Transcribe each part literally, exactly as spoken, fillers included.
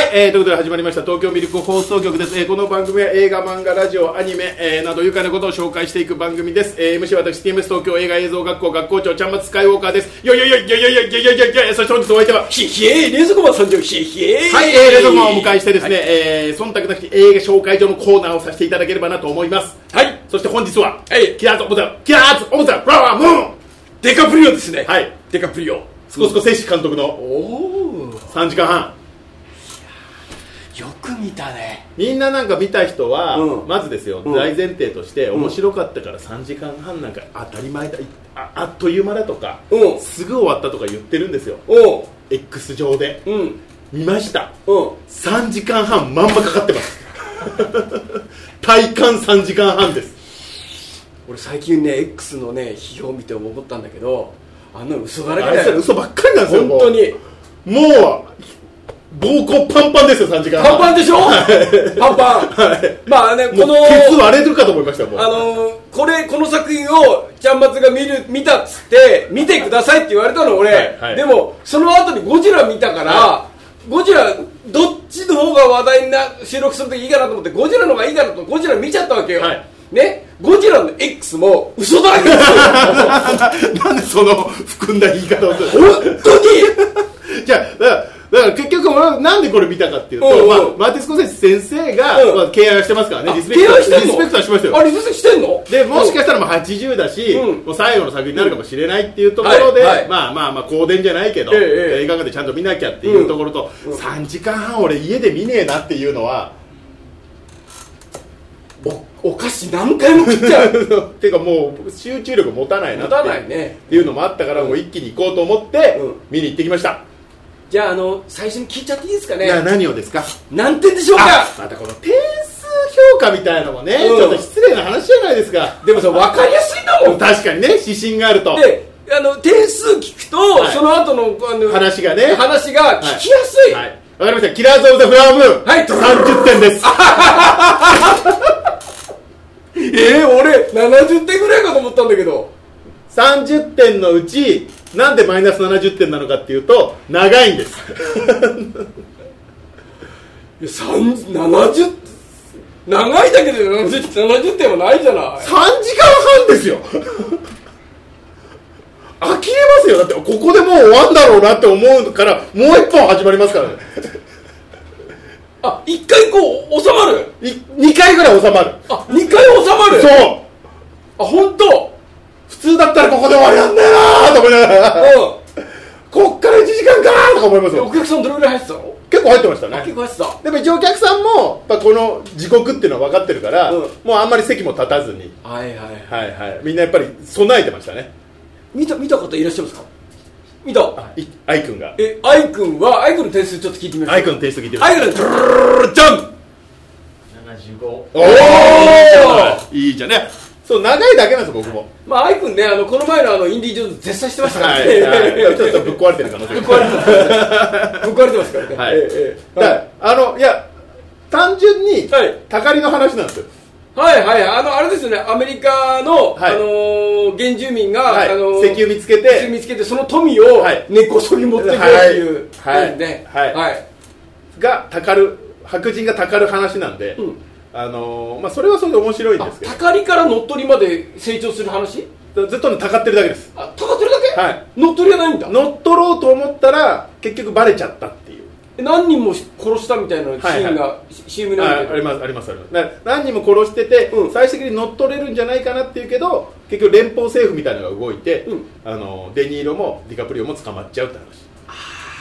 、えー、ということで始まりました東京ミルク放送局です。えー、この番組は映画、漫画、ラジオ、アニメ、えー、など愉快なことを紹介していく番組です。えー、エムシー 私 ティーエムエス 東京映画映像学校学校長ちゃんまつスカイウォーカーです。よいよいよいよいよいよいよいよいよいよ。そして本日お相手はひひえ冷蔵庫マン参上ひひえはい、えー、冷蔵庫マンをお迎えしてですね、はい、えー、忖度なき映画紹介所のコーナーをさせていただければなと思います。はい、そして本日は、はい、キラーズオブザキラーズオブザフラワームーンデカプリオですね。 はい、 デカプリオスコスコセッシ監督のおさんじかんはん。 よく見たね。みんななんか見た人は、うん、まずですよ、うん、大前提として、うん、面白かったからさんじかんはんなんか当たり前だ あ, あっという間だとか、うん、すぐ終わったとか言ってるんですよ、うん、X 上で、うん、見ました、うん、さんじかんはんまんまかかってます体感さんじかんはんです。 俺最近ね X のね批評を見て思ったんだけど、あんな嘘だらけだよ。 嘘ばっかりなんですよ。 本当にもう膀胱パンパンですよ。さんじかんはんパンパンでしょ、はい、パンパン、はい、まあね、このケツ割れるかと思いましたよ。もうあのこれこの作品をちゃんまつが見る見たっつって見てくださいって言われたの俺、はいはい、でもその後にゴジラ見たから、はい、ゴジラどっちの方が話題にな収録するときいいかなと思ってゴジラの方がいいかなとゴジラ見ちゃったわけよ、はいね、ゴジラの X も嘘だらけですよなんでその含んだ言い方をする本当にじゃあだからだから結局俺はなんでこれ見たかっていうと、うんうん、まあ、マーティスコセッシ先生が、うんまあ、敬愛してますからね。リスペクトしてんの？リスペクトはしますよ。 あ、リスペクトしてんの？ で、もしかしたらもうはちじゅうだし、うん、もう最後の作品になるかもしれないっていうところで、うんはいはい、まあまあまあ公電じゃないけど、ええ、映画館でちゃんと見なきゃっていうところと、うん、さんじかんはん俺家で見ねえなっていうのはお, お菓子何回も食っちゃうていうかもう集中力持たないなって持たないねっていうのもあったから、もう一気に行こうと思って見に行ってきました。 じゃあ、あの最初に聞いちゃっていいですかね。 な何をですか。 何点でしょうか。 またこの点数評価みたいなのもね、うん、ちょっと失礼な話じゃないですか。 でもさ、分かりやすいんだもん。 確かにね、指針があると。 であの点数聞くと、はい、その後のあの話がね話が聞きやすい。 はいはい、わかりました。キラーズオブザフラワームーン、はい、さんじゅってんですえー、俺ななじゅってんぐらいかと思ったんだけど、 さんじゅってんのうちなんでマイナスななじゅってんなのかっていうと長いんですななじゅう長いだけでななじゅってんはないじゃない。 さんじかんはんですよ呆れますよ。だってここでもう終わんだろうなって思うからもう一本始まりますからねあ、いっかいこう収まる。 にかいぐらい収まる。 あ、にかい収まる。 そう。 あ、本当。 普通だったらここで終わりなんだよなと思いながら、うん、こっからいちじかんかなとか思いますよ。 お客さんどれぐらい入ってたの？ 結構入ってましたね。 結構入ってた。 でも一応お客さんもやっぱこの時刻っていうのは分かってるから、うん、もうあんまり席も立たずに、 はいはいはいはい、みんなやっぱり備えてましたね。 見た見た方いらっしゃいますか？見た。 アイくんが。 え、アイくんはアイくんの点数ちょっと聞いてみましょう。 アイくんの点数聞いてみましょう。 アイくんのドゥルルジャンななじゅうご。 おお、いいじゃんね。そう長いだけなんですよ僕も。 まあアイくんね、あのこの前のあのインディ・ジョーンズ絶賛してましたからね。 はいはい、ちょっとぶっ壊れてる可能性が。 ぶっ壊れてます。ぶっ壊れてますからね。 はい。ええ、だからあのいや単純にたかりの話なんですよ。 はいはい、あのあれですよね、アメリカの、はい、あのー、原住民が、はい、あのー、 石油見つけて石油見つけてその富を根こそぎ持ってこうっていう、 はいはいね、はいはい、がたかる白人がたかる話なんで、うん、あのー、まあそれはそれで面白いんですけど、 たかりから乗っ取りまで成長する話？ ずっとねたかってるだけです。 あ、たかってるだけ？ はい。 乗っ取りはないんだ。 乗っ取ろうと思ったら結局バレちゃったっていう。 何人も殺したみたいなシーンが、はいはい、シーエム なんで、 ありますありますあります。何人も殺してて、うん、最終的に乗っ取れるんじゃないかなっていうけど結局連邦政府みたいなのが動いて、うん、あのデニーロもディカプリオも捕まっちゃうって話。あ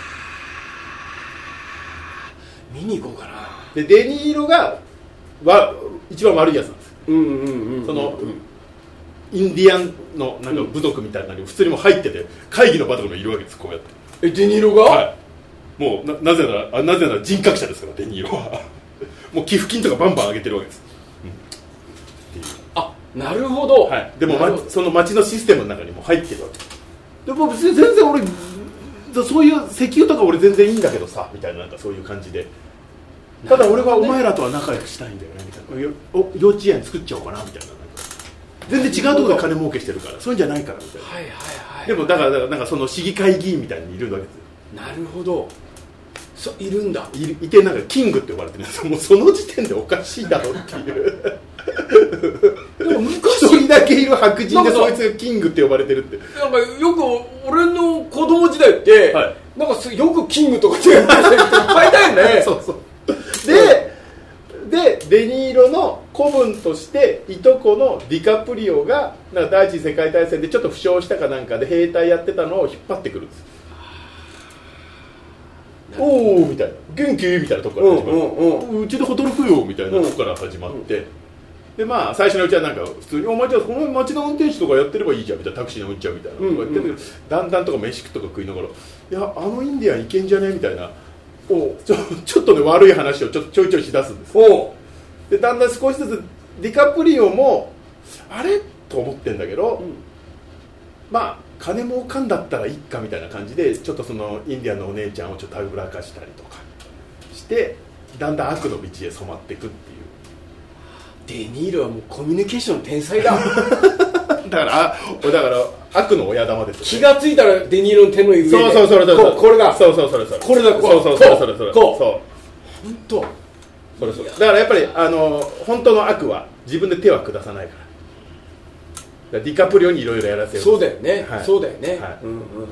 見に行こうかな。 でデニーロがわ一番悪いやつなんです。 うんうんうんうん、 その、うん、インディアンのなんか部族みたいなのに普通にも入ってて会議の場とかもいるわけです。こうやってえデニーロが、 はい、もう な, なぜならなぜなら人格者ですからデニーロはもう寄付金とかバンバン上げてるわけです、 うん、あ、なるほど、 はい、でも、ま、その町のシステムの中にも入ってるわけでも別に全然俺そういう石油とか俺全然いいんだけどさみたいな、なんかそういう感じで、ただ俺はお前らとは仲良くしたいんだよねみたいな、お幼稚園作っちゃおうかなみたいな、なんか全然違うところで金儲けしてるからそういうんじゃないからみたいな、はいはいはい、でもだから、だからなんかその市議会議員みたいにいるわけですよ。 なるほど。 そいるんだ。 い, いてなんかキングって呼ばれてるんですよ。もうその時点でおかしいだろっていうでも昔一人だけいる白人でそいつがキングって呼ばれてるってなんかよく俺の子供時代って、はい、なんかよくキングとかって言ってる人いっぱいいたよねそうそうででデニーロの子分としていとこのディカプリオがなんか第一次世界大戦でちょっと負傷したかなんかで兵隊やってたのを引っ張ってくるんです。おーみたいな元気みたいなとこから始まる、うんうんうん、うちで働くよみたいなとこから始まって、うん、でまあ最初のうちはなんか普通にお前じゃあこの街の運転手とかやってればいいじゃんみたいなタクシーの運転みたいなとかやってるけど、うんうん、だんだんとか飯食とか食いながらいやあのインディアンいけんじゃねみたいなおち ょ, ちょっとね悪い話をちょちょいちょいしだすんです。おでだんだん少しずつディカプリオもあれと思ってんだけど、うん、まあ金儲かんだったらいいかみたいな感じでちょっとそのインディアンのお姉ちゃんをちょっとたぶらかしたりとかしてだんだん悪の道へ染まっていくっていう。 デニーロはもうコミュニケーションの天才だだからだから悪の親玉です、ね、 気がついたらデニーロの手の上でそうそうそれそれここれだそうそうそれそれこれだこそうそうそれそれそれこうそう本当それそれだからやっぱりあの本当の悪は自分で手は下さないからディカプリオにいろいろやらせる。 そうだよね、はい、そうだよね、 はい、うんうんうんうんうん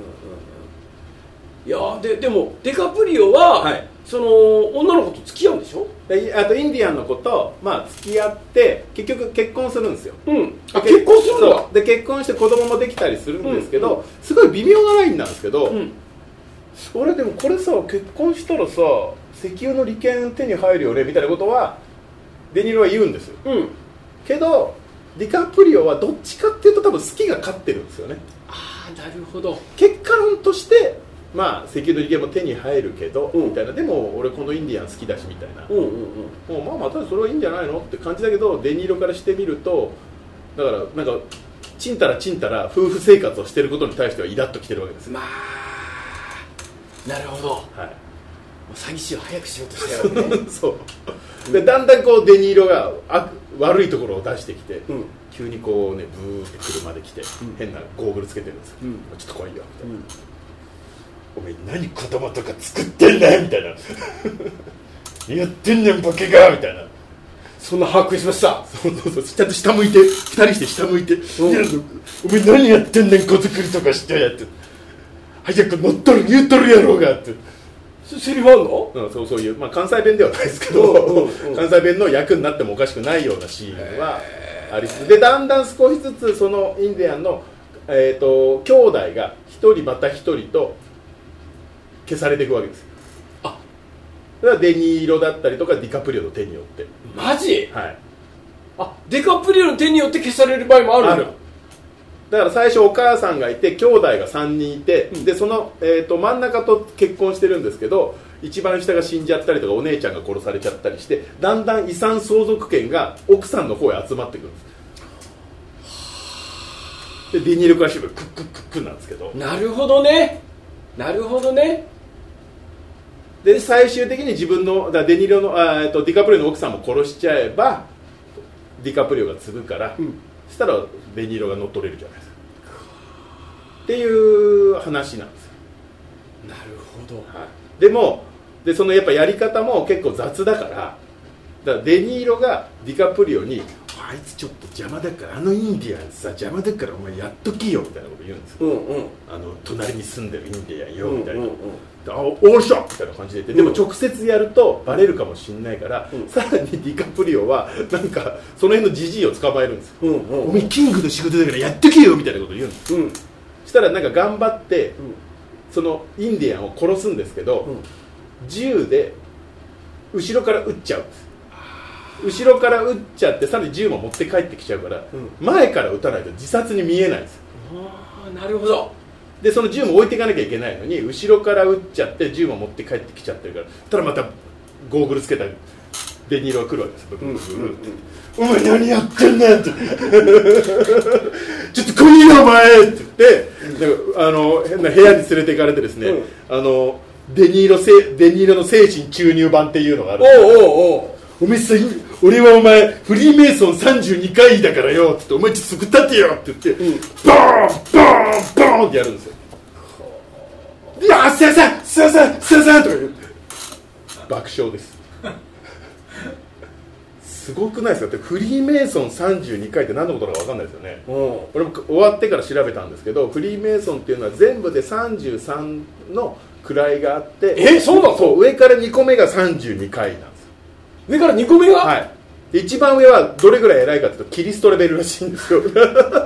いやででもディカプリオは、はい、その女の子と付き合うんでしょ。 であとインディアンの子と、まあ、付き合って結局結婚するんですよ、 うん、あ結婚するんだ。 で結婚して子供もできたりするんですけど、うんうん、すごい微妙なラインなんですけど、うん、俺でもこれさ結婚したらさ石油の利権手に入るよねみたいなことはデニーロは言うんですよ、うん、けどディカプリオはどっちかっていうと多分好きが勝ってるんですよね。 ああなるほど。 結果論としてまあ石油の利権も手に入るけど、うん、みたいなでも俺このインディアン好きだしみたいな、うんうんうん、もうまあまたそれはいいんじゃないのって感じだけどデニーロからしてみるとだからなんかちんたらちんたら夫婦生活をしてることに対してはイラッときてるわけです。 まあなるほど、はい、もう詐欺師を早くしようとしてるわけねそうでだんだんこうデニーロがあ悪いところを出してきて、うん、急にこうねブーって車で来て、うん、変なゴーグルつけてるんですよ、うん、ちょっと来いよみたいな、うん、お前何子供とか作ってんだよみたいな何やってんねんボケがみたいなそんな把握しました。 そうそうそうちゃんと下向いてふたりして下向いて、うん、いやお前何やってんねん子作りとかしてやって早く乗っとる言うとるやろうがってセリフあんの？ うん、そうそういう、まあ、関西弁ではないですけど、うんうんうん、関西弁の役になってもおかしくないようなシーンはありつつでだんだん少しずつそのインディアンの、えー、と兄弟が一人また一人と消されていくわけです。あだからデニーロだったりとかディカプリオの手によってマジ？ はい。 あディカプリオの手によって消される場合もあるんだ。ある。 だから最初お母さんがいて兄弟がさんにんいて、うん、でその、えー、と真ん中と結婚してるんですけど一番下が死んじゃったりとかお姉ちゃんが殺されちゃったりしてだんだん遺産相続権が奥さんの方へ集まってくるんです。でデニーロからしてクックックックなんですけどなるほどねなるほどね。 で最終的に自分のだデニーロのあ、えー、とディカプリオの奥さんも殺しちゃえばディカプリオが継ぐから、うんそしたらデニーロが乗っ取れるじゃないですかっていう話なんですよ。 なるほど、 はい、でもでそのやっぱやり方も結構雑だからだからデニーロがディカプリオにあいつちょっと邪魔だからあのインディアンさ邪魔だからお前やっときよみたいなこと言うんですよ、うんうん、あの隣に住んでるインディアンよみたいな、うんうんうんあおーしょみたいな感じで言ってでも直接やるとバレるかもしれないから、うん、さらにディカプリオはなんかその辺のジジイを捕まえるんですよ、うんうんうん、お前キングの仕事だからやっとけよみたいなこと言うんです、うん、そしたらなんか頑張って、うん、そのインディアンを殺すんですけど、うん、銃で後ろから撃っちゃうんです後ろから撃っちゃってさらに銃も持って帰ってきちゃうから、うん、前から撃たないと自殺に見えないんですよ。 あなるほど。 でその銃も置いていかなきゃいけないのに後ろから撃っちゃって銃も持って帰ってきちゃってるからただまたゴーグルつけたデニーロが来るわけです、うんうんうん、お前何やってんねんってちょっと来いよお前って言ってあの変な部屋に連れて行かれてですね、うん、あのデニーロデニーロの精神注入版っていうのがあるんですよ。おうおうおうお前さ俺はお前フリーメイソンさんじゅうにかいだからよって言ってお前ちょっと立てよって言って、うん、ボーンボーンボーンってやるんですよ。いやすいませんすすいませんすいませんとか言って爆笑ですすごくないですか。ってフリーメイソンさんじゅうにかいって何のことか分かんないですよね。俺も終わってから調べたんですけど、フリーメイソンっていうのは全部でさんじゅうさんの位があって、 えそうなの。 そう上からにこめがさんじゅうにかいなんですよ。 上からにこめが、 はい、一番上はどれぐらい偉いかというとキリストレベルらしいんですよその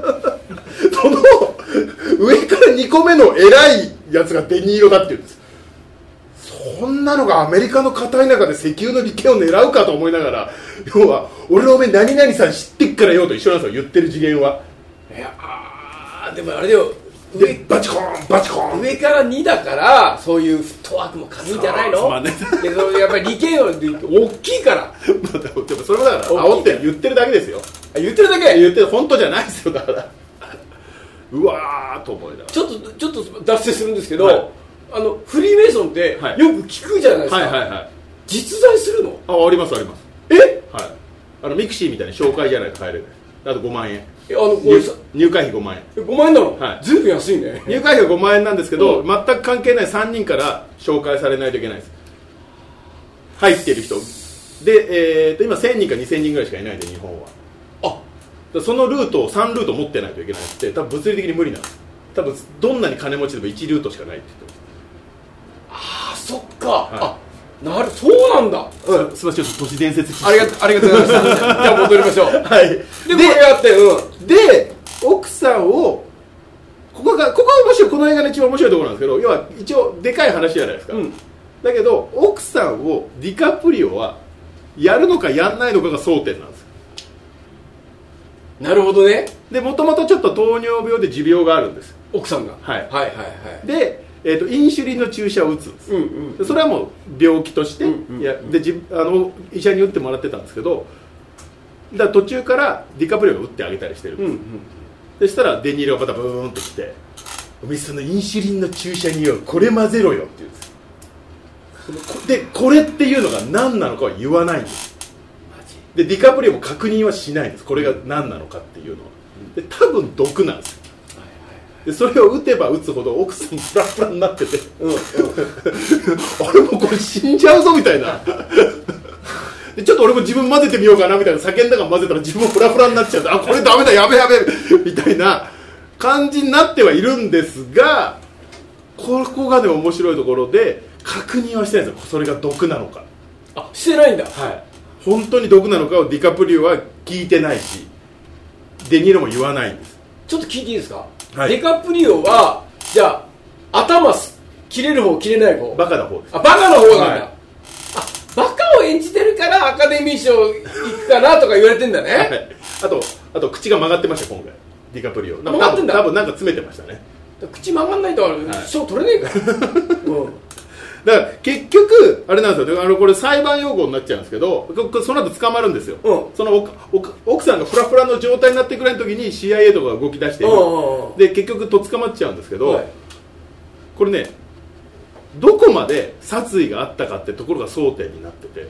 上からにこめの偉いやつがデニーロだっていうんです。そんなのがアメリカの片田舎で石油の利権を狙うかと思いながら、要は俺のおめえ何々さん知ってっからよと一緒なんですよ、言ってる次元は。いやあでもあれだよ、 上バチコーンバチコーン上からにだからそういうフットワークも軽いんじゃないの。まあね、でやっぱり利権は大きいからでもそれもだから煽って言ってるだけですよ。 言ってるだけ言ってる本当じゃないですよ。だからうわーと思いながらちょっとちょっと脱線するんですけど、はい、あのフリーメイソンってよく聞くじゃないですか、はいはいはいはい、実在するの。 あありますあります。 え、 はい、あのミクシーみたいに紹介じゃないと入れない。あとごまんえん、 あの入, 入会費ごまんえん。 ごまんえんなの、 はい、 ずいぶん安いね。 入会費がごまんえんなんですけど、うん、全く関係ないさんにんから紹介されないといけないです。入ってる人で、えー、と今せんにんかにせんにんぐらいしかいないんで日本は。あそのルートをさんルート持ってないといけないって多分物理的に無理なんです。多分どんなに金持ちでもいちルートしかないって言ってます。 ああそっか、はい、あなるそうなんだ、 うん、すみませんちょっと都市伝説ありがとうありがとうございますじゃあ戻りましょうはいでこれがあって、うん、 で奥さんをここがここが面白い、この映画の一番面白いところなんですけど、要は一応でかい話じゃないですか、うん、だけど奥さんをディカプリオはやるのかやんないのかが争点なんです。 なるほどね。 でもともとちょっと糖尿病で持病があるんです、 奥さんが、 はい、 はいはいはいで、えー、とインシュリンの注射を打つんです、うんうん、それはもう病気として、うんうんうん、いやでじあの医者に打ってもらってたんですけど、だから途中からディカプリオが打ってあげたりしてるんです、うんうん、でしたらデニーロがまたブーンと来て、お前そのインシュリンの注射によこれ混ぜろよって言うんです。でこれっていうのが何なのかは言わないんです。でディカプリオも確認はしないんです、これが何なのかっていうのは。で多分毒なんです。でそれを打てば打つほど奥さんフラフラになってて、うんうん、俺もこれ死んじゃうぞみたいなでちょっと俺も自分混ぜてみようかなみたいな叫んだから混ぜたら自分もフラフラになっちゃって、あこれダメだやべやべみたいな感じになってはいるんですが、ここがね面白いところで確認はしてないんですよ、それが毒なのか。 あしてないんだ。 はい、本当に毒なのかをディカプリオは聞いてないしデニーロも言わないんです。 ちょっと聞いていいですか、はい、ディカプリオはじゃあ頭切れる方切れない方、 バカな方です。 あバカな方なんだ、はい、あバカを演じてるからアカデミー賞行くかなとか言われてんだね、はい、 あとあと口が曲がってました今回ディカプリオ。 曲がってんだ。 多分なんか詰めてましたね。 口曲がんないと賞、はい、取れねえから、うんだから結局あれなんですよ、あのこれ裁判用語になっちゃうんですけど、その後捕まるんですよ、うん、その奥さんがフラフラの状態になってくらいの時に シーアイエー とかが動き出して、うん、で結局と捕まっちゃうんですけど、はい、これねどこまで殺意があったかってところが争点になってて、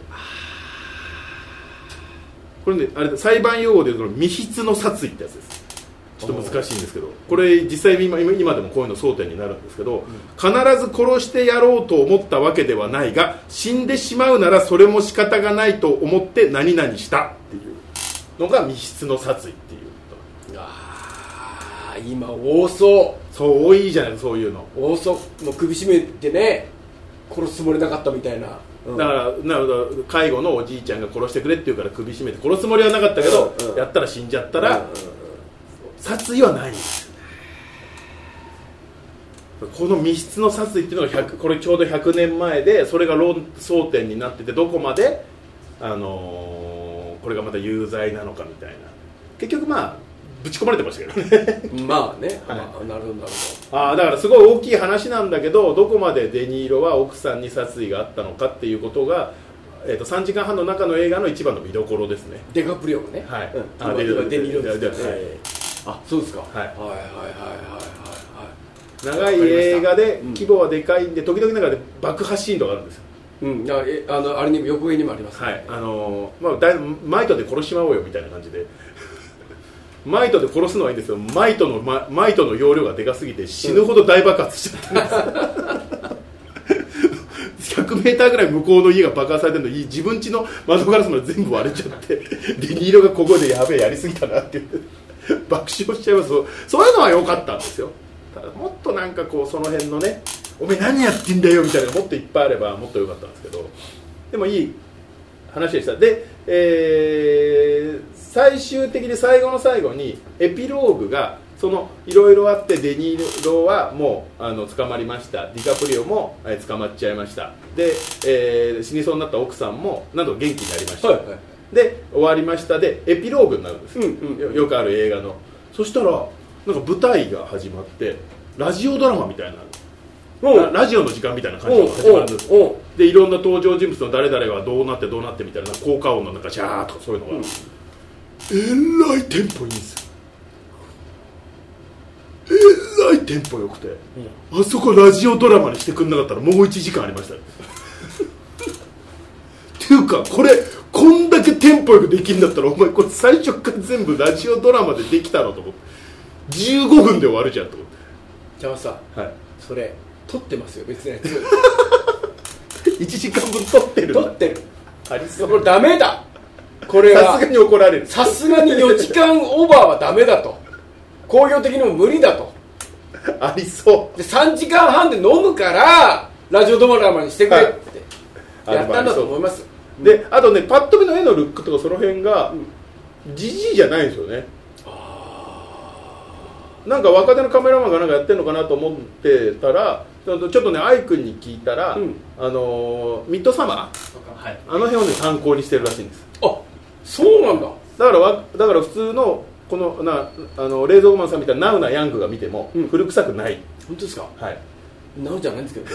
これねあれ裁判用語でいうと未必の殺意ってやつです。ちょっと難しいんですけど、これ実際 今, 今でもこういうの争点になるんですけど、必ず殺してやろうと思ったわけではないが死んでしまうならそれも仕方がないと思って何々したっていうのが未必の殺意っていう。 ああ今多そうそう多いじゃないそういうの多そう。もう首絞めてね殺すつもりなかったみたいな、 うん、だからな介護のおじいちゃんが殺してくれって言うから首絞めて殺すつもりはなかったけど、うんうん、やったら死んじゃったら、うんうん、殺意はないんですよね。この密室の殺意っていうのがこれちょうどひゃくねんまえで、それが論争点になってて、どこまで、あのー、これがまた有罪なのかみたいな、結局まあぶち込まれてましたけどねまあね、 はい、 まあ、なるほどなるほど。あだからすごい大きい話なんだけど、どこまでデニーロは奥さんに殺意があったのかっていうことが、えー、とさんじかんはんの中の映画の一番の見どころですね。 デカプリオもね、 はい、 うん、 あデニーロですね、 はい、 あそうですか、 はい、はいはいはいはいはい、 長い映画で規模はでかいんで、時々ながら爆破シーンとかあるんですよ。 うん、あえあのあれにも横上にもあります、ね、 はい、あのーまあ、だいマイトで殺しまおうよみたいな感じでマイトで殺すのはいいんですけど、マイトの、マ、マイトの容量がでかすぎて死ぬほど大爆発しちゃってるんですひゃくメーターぐらい向こうの家が爆破されてるのに自分家の窓ガラスまで全部割れちゃってデニーロがここでやべえやりすぎたなって爆笑しちゃいます。そういうのは良かったんですよ。ただもっとなんかこうその辺のね、お前何やってんだよみたいなのがもっといっぱいあればもっと良かったんですけど、でもいい話でした。で、えー、最終的に最後の最後にエピローグがそのいろいろあって、デニーロはもうあの捕まりました、ディカプリオも、えー、捕まっちゃいました、で、えー、死にそうになった奥さんもなんと元気になりました、はいはい、で終わりましたでエピローグになるんです、うんうん、よ, よくある映画の。そしたらなんか舞台が始まってラジオドラマみたいな、ラ, ラジオの時間みたいな感じが始まるんです。でいろんな登場人物の誰々はどうなってどうなってみたいな効果音のなんかジャーとかそういうのが、うん、えらいテンポいいんですよ。えらいテンポ良くて、うん、あそこラジオドラマにしてくんなかったらもういちじかんありましたっていうかこれこんだけテンポよくできるんだったらお前これ最初から全部ラジオドラマでできたのと思ってじゅうごふんで終わるじゃんと思って。 じゃあさ、はい、それ撮ってますよ別のやついちじかんぶん撮ってるんだ。 撮ってるありそう。これダメだ、これはさすがに怒られる。 さすがによじかんオーバーはダメだと、工業的にも無理だとありそうでさんじかんはんで飲むからラジオドラマにしてくれってやったんだと思います。 であとね、パッと見の絵のルックとかその辺がジジイじゃないんですよね。なんか若手のカメラマンがなんかやってるのかなと思ってたら、ちょっとねアイ君に聞いたら、うん、あのミッドサマー、はい、あの辺をね参考にしてるらしいんです。 あ、そうなんだ。 だからわだから普通のこのなあの冷蔵庫マンさんみたいなナウなヤングが見ても古臭くない、うん、 本当ですか。 はい、 ナウじゃないんですけど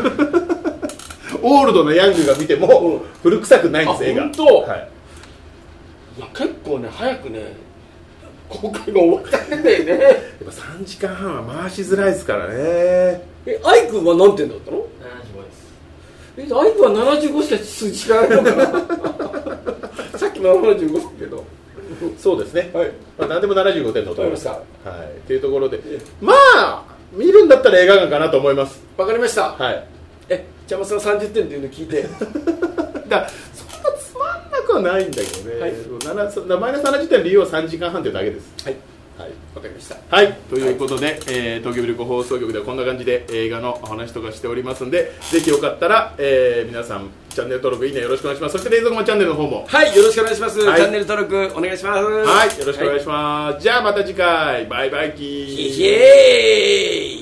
オールドなヤングが見ても古臭くないんです、映画。 本当、はい、いや結構ね早くね公開が終わったんだよね。やっぱさんじかんはんは回しづらいですからね。 え、アイ君は何点だったの？ ななじゅうごです。 え、アイ君はななじゅうごしか数字がないのかなさっきのななじゅうごだけどそうですね、はい、まあ、何でもななじゅうごてん取りました。はい、というところで、まあ見るんだったら映画館かなと思います。 わかりました。 はい。 え、じゃあまさんさんじゅってんっていうの聞いてだそんなつまんなくはないんだけどね、はい、マイナスななじゅってんの理由はさんじかんはんというだけです。 はい、はい、わかりました。 はい、ということで、はい、えー、東京ビルク放送局ではこんな感じで映画のお話とかしておりますんで、ぜひよかったら、えー、皆さんチャンネル登録いいねよろしくお願いします。そして冷蔵庫マンチャンネルの方もはいよろしくお願いします、はい、チャンネル登録お願いします。 はい、よろしくお願いします、はい、じゃあまた次回バイバイキー。 イエーイ。